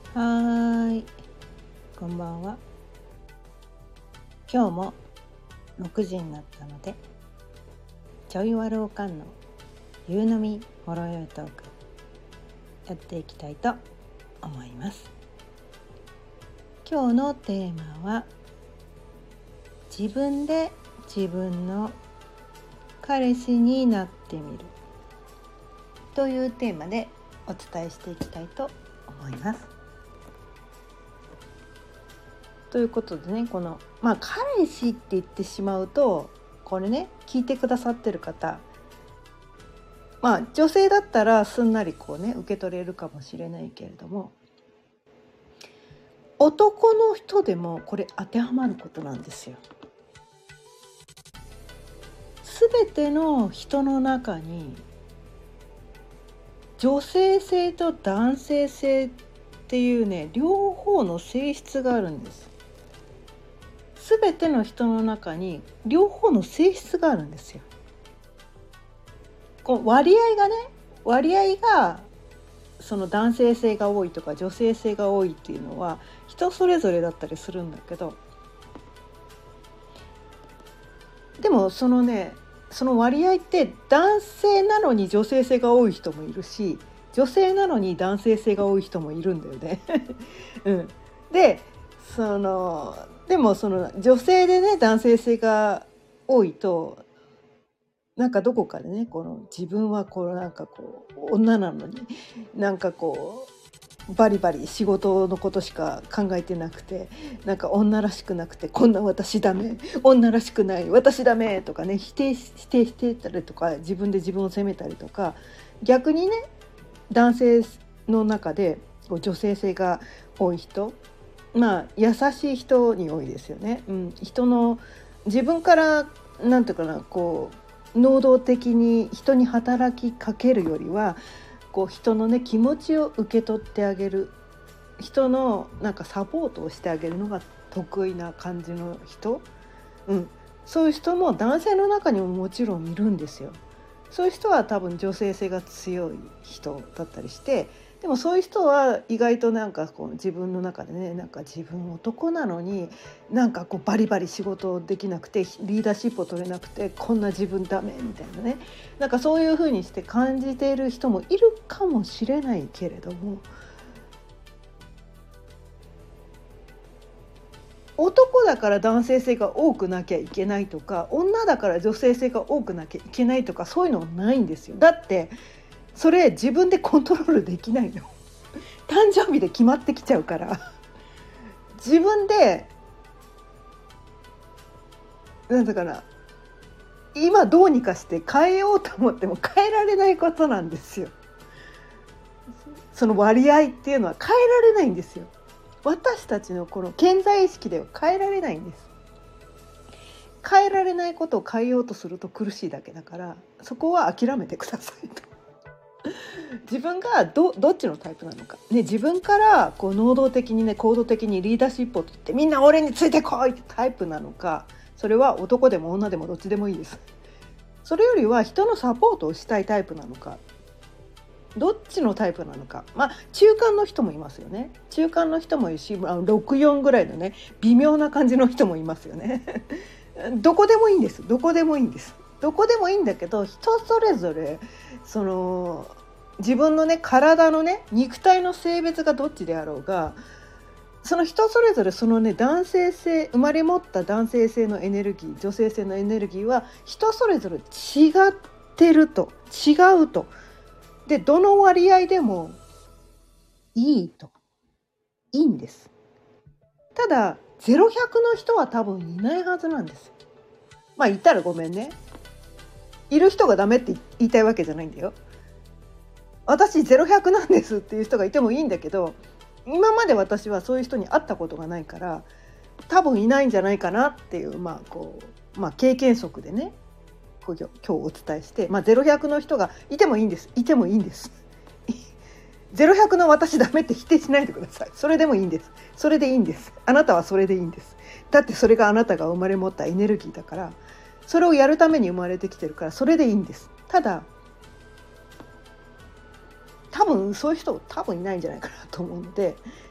はーい、こんばんは。今日も6時になったので、ちょいわるおかんの夕飲みほろよいトークやっていきたいと思います。今日のテーマは、自分で自分の彼氏になってみるというテーマでお伝えしていきたいと思います。ということでね、この彼氏って言ってしまうと、これね、聞いてくださってる方、女性だったらすんなりこうね受け取れるかもしれないけれども、男の人でもこれ当てはまることなんですよ。すべての人の中に女性性と男性性っていうね、両方の性質があるんです。すべての人の中に両方の性質があるんですよ。こう割合がその男性性が多いとか女性性が多いっていうのは人それぞれだったりするんだけど、でもその割合って男性なのに女性性が多い人もいるし、女性なのに男性性が多い人もいるんだよね、うん、ででもその女性でね男性性が多いと、なんかどこかでね、この自分はこうなんかこう女なのになんかこうバリバリ仕事のことしか考えてなくて、なんか女らしくなくて、こんな私ダメ、女らしくない私ダメとかね、否定してたりとか、自分で自分を責めたりとか、逆にね男性の中でこう女性性が多い人、優しい人に多いですよね、人の自分からなんていうかな、こう能動的に人に働きかけるよりは、こう人のね気持ちを受け取ってあげる、人のなんかサポートをしてあげるのが得意な感じの人、そういう人も男性の中にももちろんいるんですよ。そういう人は多分女性性が強い人だったりして、でもそういう人は意外となんかこう自分の中でね、なんか自分男なのになんかこうバリバリ仕事できなくてリーダーシップを取れなくて、こんな自分ダメみたいなね、なんかそういう風にして感じている人もいるかもしれないけれども、男だから男性性が多くなきゃいけないとか、女だから女性性が多くなきゃいけないとか、そういうのないんですよ。だってそれ自分でコントロールできないの。誕生日で決まってきちゃうから、自分でなんだかな、今どうにかして変えようと思っても変えられないことなんですよ。その割合っていうのは変えられないんですよ。私たちのこの潜在意識では変えられないんです。変えられないことを変えようとすると苦しいだけだから、そこは諦めてくださいと。自分がどっちのタイプなのか、自分からこう能動的にね行動的にリーダーシップを取ってみんな俺についてこいってタイプなのか、それは男でも女でもどっちでもいいです。それよりは人のサポートをしたいタイプなのか、どっちのタイプなのか、中間の人もいますよね。中間の人もいるし、64ぐらいのね微妙な感じの人もいますよね。どこでもいいんです。どこでもいいんです。どこでもいいんだけど、人それぞれその自分のね体のね肉体の性別がどっちであろうが、その人それぞれそのね男性性、生まれ持った男性性のエネルギー、女性性のエネルギーは人それぞれ違ってると、違うと。でどの割合でもいいんです。ただ0100の人は多分いないはずなんです。いたらごめんね、いる人がダメって言いたいわけじゃないんだよ。私0100なんですっていう人がいてもいいんだけど、今まで私はそういう人に会ったことがないから多分いないんじゃないかなっていう、経験則でね今日お伝えして、0100の人がいてもいいんです。いてもいいんです。0100の私ダメって否定しないでください。それでもいいんです。それでいいんです。あなたはそれでいいんです。だってそれがあなたが生まれ持ったエネルギーだから、それをやるために生まれてきてるから、それでいいんです。ただ多分そういう人多分いないんじゃないかなと思うので、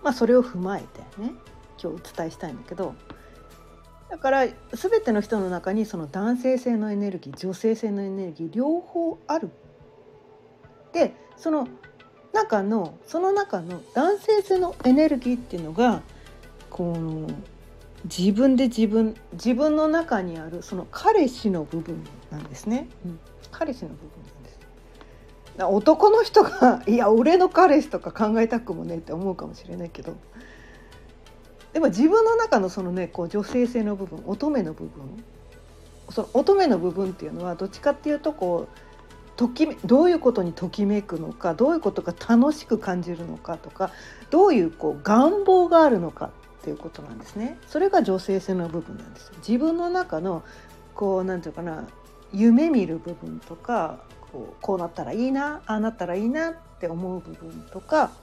それを踏まえてね今日お伝えしたいんだけど、だから全ての人の中にその男性性のエネルギー女性性のエネルギー両方ある。でその中の男性性のエネルギーっていうのがこの自分の中にあるその彼氏の部分なんですね、彼氏の部分なんです。男の人がいや俺の彼氏とか考えたくもねって思うかもしれないけど、でも自分の中のそのねこう女性性の部分乙女の部分、その乙女の部分っていうのはどっちかっていうとこうどういうことにときめくのか、どういうことが楽しく感じるのかとか、どういうこう願望があるのかっていうことなんですね。それが女性性の部分なんです。自分の中のこうなんていうかな、夢見る部分とか、こうなったらいいな、ああなったらいいなって思う部分とか、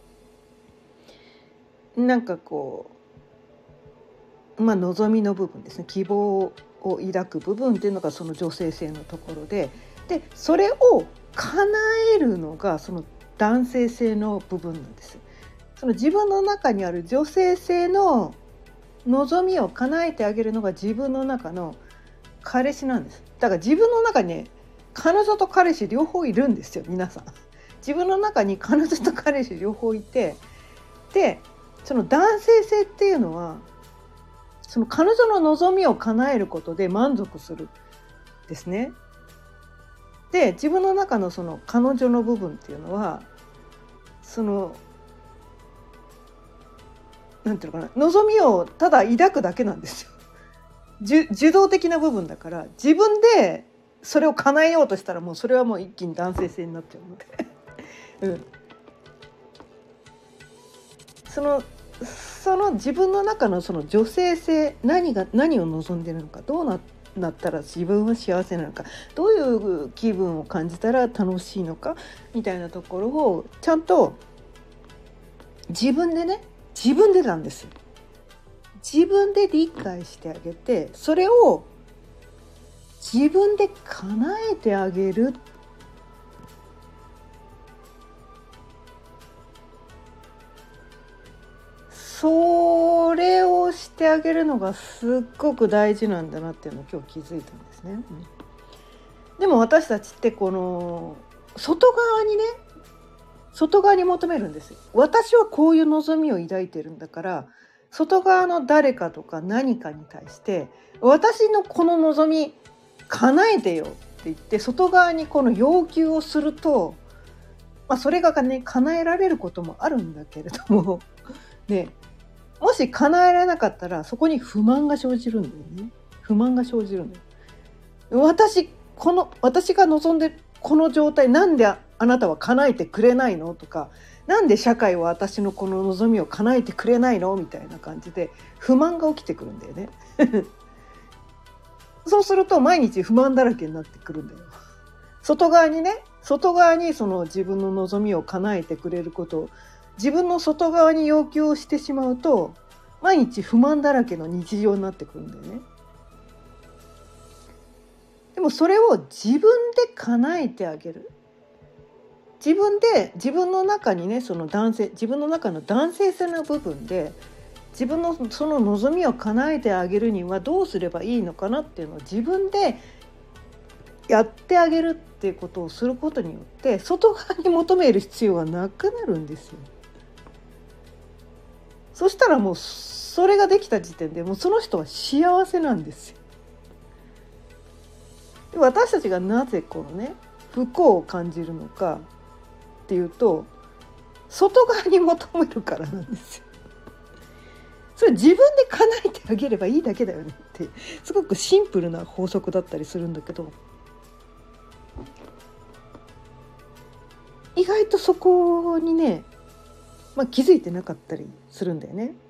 なんかこう望みの部分ですね、希望を抱く部分っていうのがその女性性のところで、それを叶えるのがその男性性の部分なんです。その自分の中にある女性性の望みを叶えてあげるのが自分の中の彼氏なんです。だから自分の中にね、彼女と彼氏両方いるんですよ、皆さん。自分の中に彼女と彼氏両方いて、でその男性性っていうのはその彼女の望みを叶えることで満足するですね。で自分の中のその彼女の部分っていうのはそのなんていうのかな、望みをただ抱くだけなんですよ。受動的な部分だから、自分でそれを叶えようとしたらもうそれはもう一気に男性性になっちゃうので、その自分の中のその女性性、何を望んでいるのか、どうなったら自分は幸せなのか、どういう気分を感じたら楽しいのかみたいなところをちゃんと自分でなんです。自分で理解してあげて、それを自分で叶えてあげる。それをしてあげるのがすっごく大事なんだなっていうのを今日気づいたんですね。でも私たちってこの外側に求めるんですよ。私はこういう望みを抱いてるんだから、外側の誰かとか何かに対して私のこの望み叶えてよって言って外側にこの要求をすると、それがね叶えられることもあるんだけれどもね、もし叶えられなかったらそこに不満が生じるんだよね。不満が生じるんだよ。私が望んでるこの状態、なんであなたは叶えてくれないのとか、なんで社会は私のこの望みを叶えてくれないのみたいな感じで不満が起きてくるんだよね。そうすると毎日不満だらけになってくるんだよ。外側にその自分の望みを叶えてくれることを自分の外側に要求をしてしまうと、毎日不満だらけの日常になってくるんだよね。でもそれを自分で叶えてあげる。自分の中にね、自分の中の男性性の部分で自分のその望みを叶えてあげるにはどうすればいいのかなっていうのを自分でやってあげるっていうことをすることによって外側に求める必要がなくなるんですよ。そしたらもうそれができた時点でもうその人は幸せなんですよ。で私たちがなぜこのね不幸を感じるのかっていうと、外側に求めるからなんですよ。それ自分で叶えてあげればいいだけだよねってすごくシンプルな法則だったりするんだけど、意外とそこにね、気づいてなかったりするんだよね。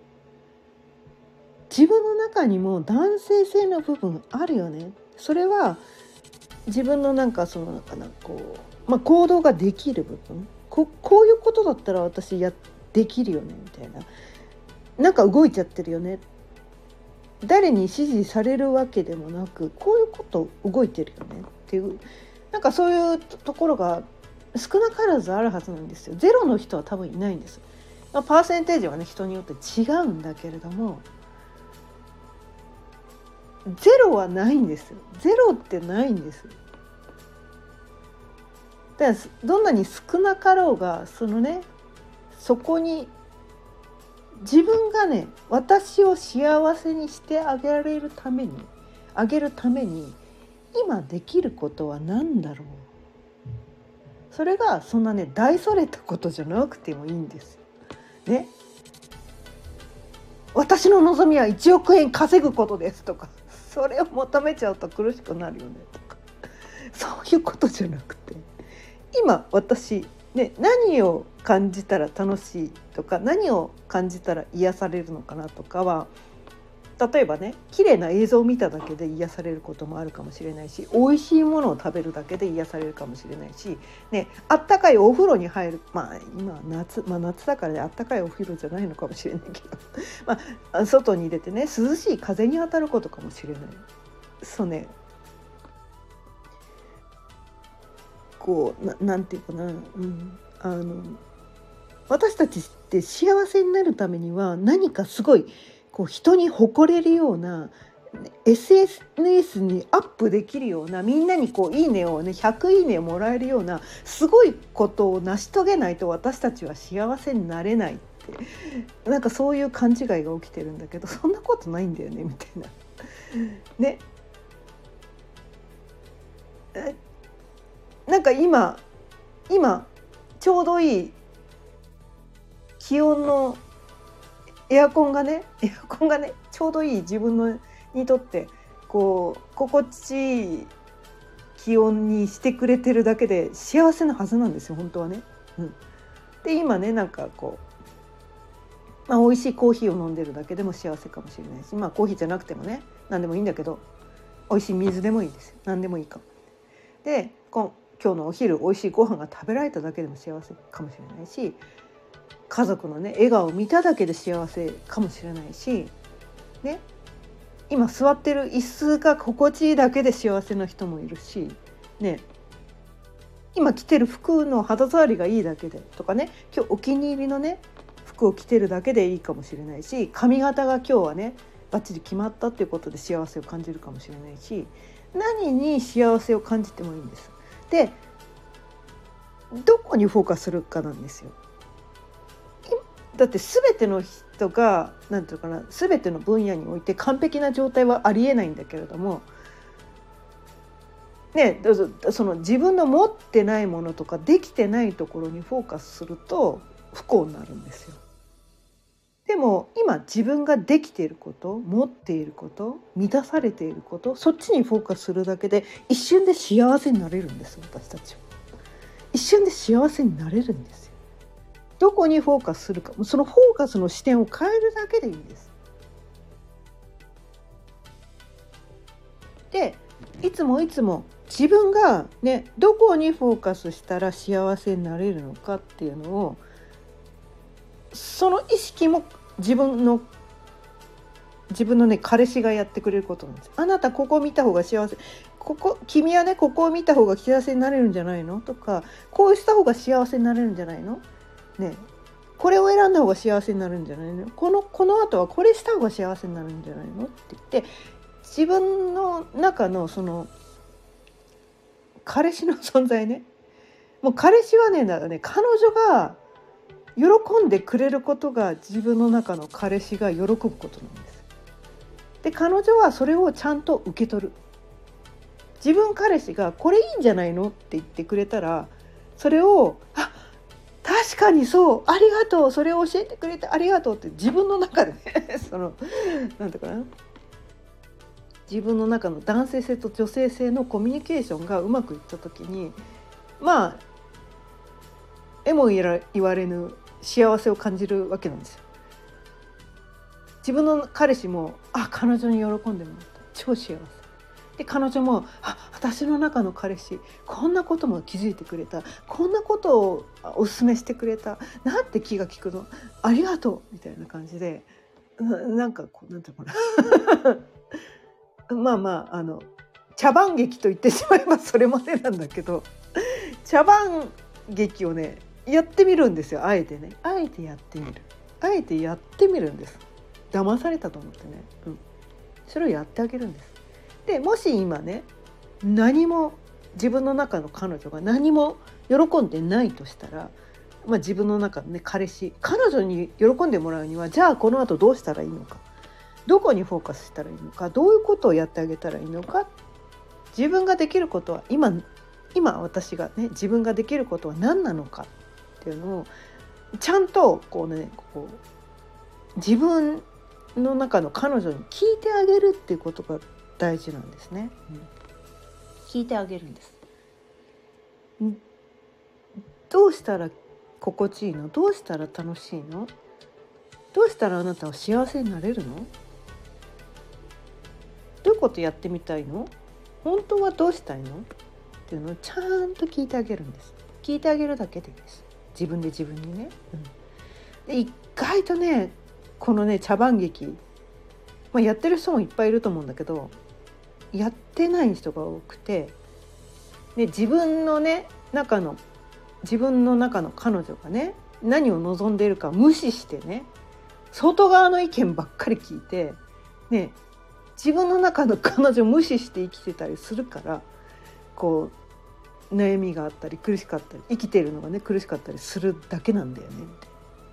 自分の中にも男性性の部分あるよね。それは自分の行動ができる部分、こういうことだったら私できるよねみたいな、なんか動いちゃってるよね、誰に指示されるわけでもなくこういうこと動いてるよねっていう、そういうところが少なからずあるはずなんですよ。ゼロの人は多分いないんです。 パーセンテージはね人によって違うんだけれども、ゼロはないんですよ。ゼロってないんです。だからどんなに少なかろうがそこに自分がね私を幸せにしてあげるために今できることは何だろう。それがそんなね大それたことじゃなくてもいいんですね。私の望みは1億円稼ぐことですとか、それを求めちゃうと苦しくなるよねとか、そういうことじゃなくて、今私ね何を感じたら楽しいとか、何を感じたら癒されるのかなとかは、例えばね綺麗な映像を見ただけで癒されることもあるかもしれないし、美味しいものを食べるだけで癒されるかもしれないし、ね、あったかいお風呂に入る、今夏、夏だからねあったかいお風呂じゃないのかもしれないけど外に出てね涼しい風に当たることかもしれない。そうね、こうなんていうかな、私たちって幸せになるためには何かすごいこう人に誇れるような SNS にアップできるような、みんなにこういいねをね100いいねをもらえるようなすごいことを成し遂げないと私たちは幸せになれないって、なんかそういう勘違いが起きてるんだけど、そんなことないんだよねみたいなね。なんか今ちょうどいい気温のエアコンがねちょうどいい自分のにとってこう心地いい気温にしてくれてるだけで幸せなはずなんですよ本当はね。で今ねなんかこう、美味しいコーヒーを飲んでるだけでも幸せかもしれないし、コーヒーじゃなくてもね何でもいいんだけど、美味しい水でもいいですよ。何でもいいかも。で今日のお昼美味しいご飯が食べられただけでも幸せかもしれないし、家族のね笑顔を見ただけで幸せかもしれないし、ね、今座ってる椅子が心地いいだけで幸せな人もいるし、ね、今着てる服の肌触りがいいだけでとかね、今日お気に入りのね服を着てるだけでいいかもしれないし、髪型が今日はねバッチリ決まったっていうことで幸せを感じるかもしれないし、何に幸せを感じてもいいんです。でどこにフォーカスするかなんですよ。だって全ての人がなんていうかな、全ての分野において完璧な状態はありえないんだけれども、ね、その自分の持ってないものとかできてないところにフォーカスすると不幸になるんですよ。でも今自分ができていること、持っていること、満たされていること、そっちにフォーカスするだけで一瞬で幸せになれるんです。私たちは一瞬で幸せになれるんですよ。どこにフォーカスするか、そのフォーカスの視点を変えるだけでいいんです。でいつも自分がねどこにフォーカスしたら幸せになれるのかっていうのを、その意識も自分のね彼氏がやってくれることなんです。あなたここを見た方が幸せ、君はねここを見た方が幸せになれるんじゃないのとか、こうした方が幸せになれるんじゃないのね、これを選んだ方が幸せになるんじゃないの、この後はこれした方が幸せになるんじゃないのって言って、自分の中のその彼氏の存在ね、もう彼氏はねだからね、彼女が喜んでくれることが自分の中の彼氏が喜ぶことなんです。で彼女はそれをちゃんと受け取る。自分彼氏がこれいいんじゃないのって言ってくれたら、それを確かにそうありがとう、それを教えてくれてありがとうって自分の中でねそのなんていうかな、自分の中の男性性と女性性のコミュニケーションがうまくいった時に、えも言われぬ幸せを感じるわけなんですよ。自分の彼氏も彼女に喜んでもらった、超幸せで、彼女も私の中の彼氏こんなことも気づいてくれた、こんなことをお勧めしてくれた、なんて気が利くの、ありがとうみたいな感じで、なんかこうなんていうのかな茶番劇と言ってしまえばそれまでなんだけど、茶番劇をねやってみるんですよ。あえてね、あえてやってみる、あえてやってみるんです。騙されたと思ってね、それをやってあげるんです。でもし今ね、何も自分の中の彼女が何も喜んでないとしたら、自分の中のね彼女に喜んでもらうには、じゃあこの後どうしたらいいのか、どこにフォーカスしたらいいのか、どういうことをやってあげたらいいのか、自分ができることは今私がね自分ができることは何なのかっていうのをちゃんと自分の中の彼女に聞いてあげるっていうことが大事なんですね。聞いてあげるんです。どうしたら心地いいの？どうしたら楽しいの？どうしたらあなたは幸せになれるの？どういうことやってみたいの？本当はどうしたいの？っていうのをちゃんと聞いてあげるんです。聞いてあげるだけでいいです。自分で自分にね。で意外とね、このね茶番劇、やってる人もいっぱいいると思うんだけど、やってない人が多くて、で自分の中の彼女がね何を望んでいるか無視してね、外側の意見ばっかり聞いてね、自分の中の彼女を無視して生きてたりするから、悩みがあったり苦しかったり、生きてるのがね苦しかったりするだけなんだよねみたいな。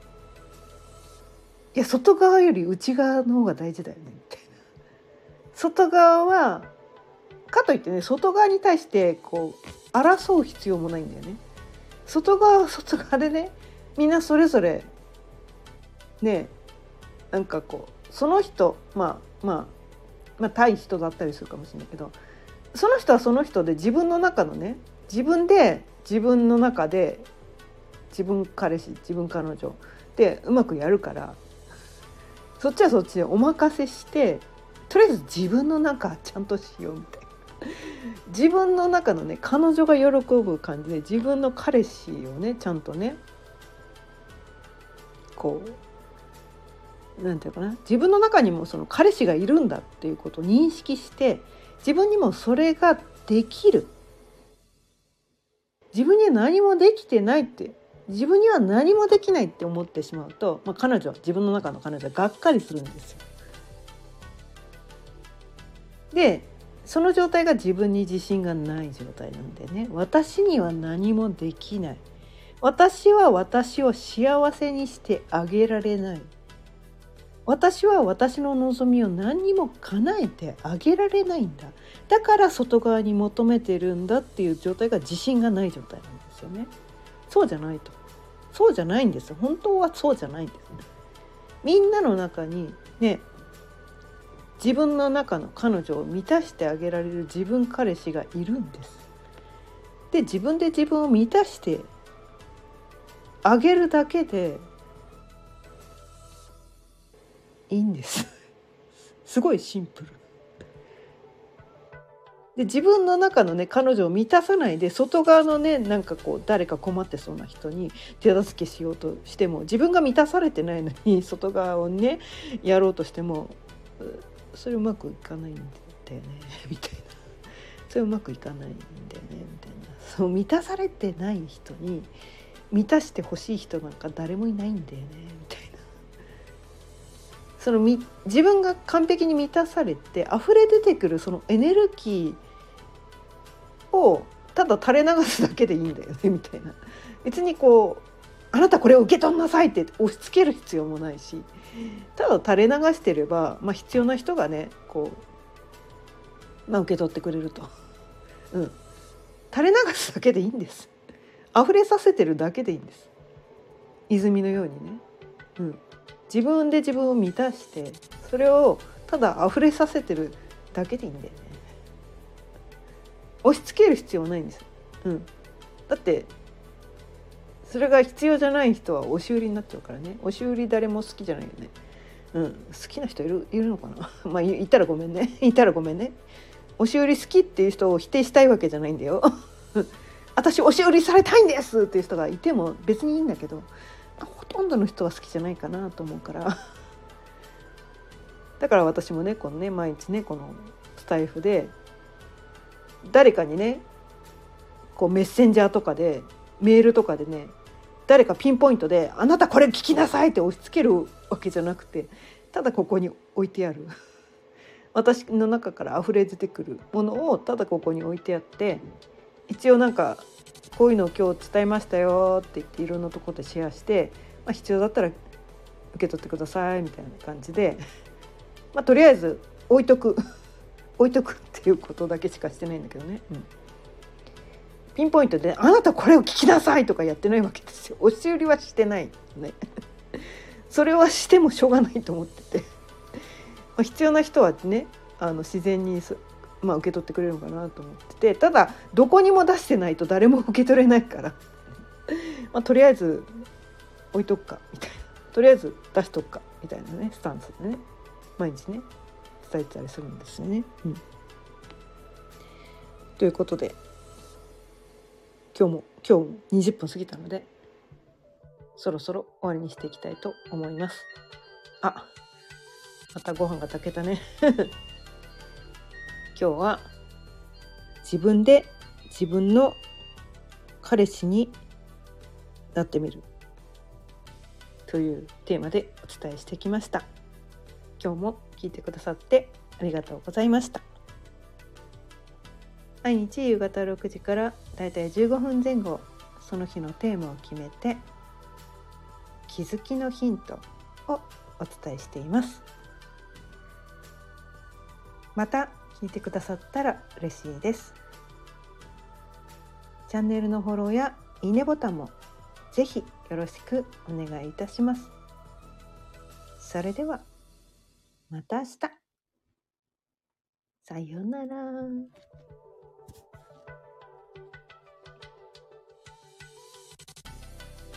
いや外側より内側の方が大事だよねみたいな。外側はかといってね、外側に対して争う必要もないんだよね。外側は外側でね、みんなそれぞれね、その人対人だったりするかもしれないけど、その人はその人で自分の中のね、自分の中で自分彼氏自分彼女でうまくやるから、そっちはそっちでお任せして、とりあえず自分の中ちゃんとしようみたいな。自分の中のね彼女が喜ぶ感じで、自分の彼氏をねちゃんとねなんていうかな、自分の中にもその彼氏がいるんだっていうことを認識して、自分にもそれができる、自分には何もできてないって、自分には何もできないって思ってしまうと、自分の中の彼女はがっかりするんですよ。でその状態が自分に自信がない状態なんでね、私には何もできない、私は私を幸せにしてあげられない、私は私の望みを何にも叶えてあげられないんだ、だから外側に求めてるんだっていう状態が自信がない状態なんですよね。そうじゃないと、そうじゃないんですよ。本当はそうじゃないんですね。みんなの中にね、自分の中の彼女を満たしてあげられる自分彼氏がいるんです。で自分で自分を満たしてあげるだけでいいんですすごいシンプルで、自分の中のね彼女を満たさないで、外側のね誰か困ってそうな人に手助けしようとしても、自分が満たされてないのに外側をねやろうとしても、それうまくいかないんだよねみたいな、それうまくいかないんだよねみたいな。そう満たされてない人に満たしてほしい人なんか誰もいないんだよねみたいな。自分が完璧に満たされて溢れ出てくるそのエネルギーをただ垂れ流すだけでいいんだよねみたいな。別にあなたこれを受け取んなさいって押し付ける必要もないし、ただ垂れ流してれば、必要な人がね受け取ってくれると、垂れ流すだけでいいんです。溢れさせてるだけでいいんです。泉のようにね、自分で自分を満たして、それをただ溢れさせてるだけでいいんだよね。押し付ける必要はないんです。だってそれが必要じゃない人は押し売りになっちゃうからね。押し売り誰も好きじゃないよね。好きな人いるのかないたらごめんねいたらごめんね。押し売り好きっていう人を否定したいわけじゃないんだよ私押し売りされたいんですっていう人がいても別にいいんだけど、ほとんどの人は好きじゃないかなと思うからだから私もね毎日ねこのスタイフで誰かにねメッセンジャーとかでメールとかでね誰かピンポイントであなたこれ聞きなさいって押し付けるわけじゃなくて、ただここに置いてある私の中から溢れ出てくるものをただここに置いてあって、一応なんかこういうのを今日伝えましたよって言っていろんなところでシェアして、必要だったら受け取ってくださいみたいな感じで、とりあえず置いとく置いとくっていうことだけしかしてないんだけどね、ピンポイントであなたこれを聞きなさいとかやってないわけですよ。押し売りはしてないねそれはしてもしょうがないと思ってて必要な人はね自然に受け取ってくれるのかなと思ってて、ただどこにも出してないと誰も受け取れないからとりあえず置いとくかみたいな、とりあえず出しとくかみたいなねスタンスでね毎日ね伝えてたりするんですよね、ということで今日も20分過ぎたのでそろそろ終わりにしていきたいと思います。またご飯が炊けたね今日は自分で自分の彼氏になってみるというテーマでお伝えしてきました。今日も聞いてくださってありがとうございました。毎日夕方6時からだいたい15分前後、その日のテーマを決めて気づきのヒントをお伝えしています。また聞いてくださったら嬉しいです。チャンネルのフォローやいいねボタンもぜひよろしくお願いいたします。それではまた明日。さようなら。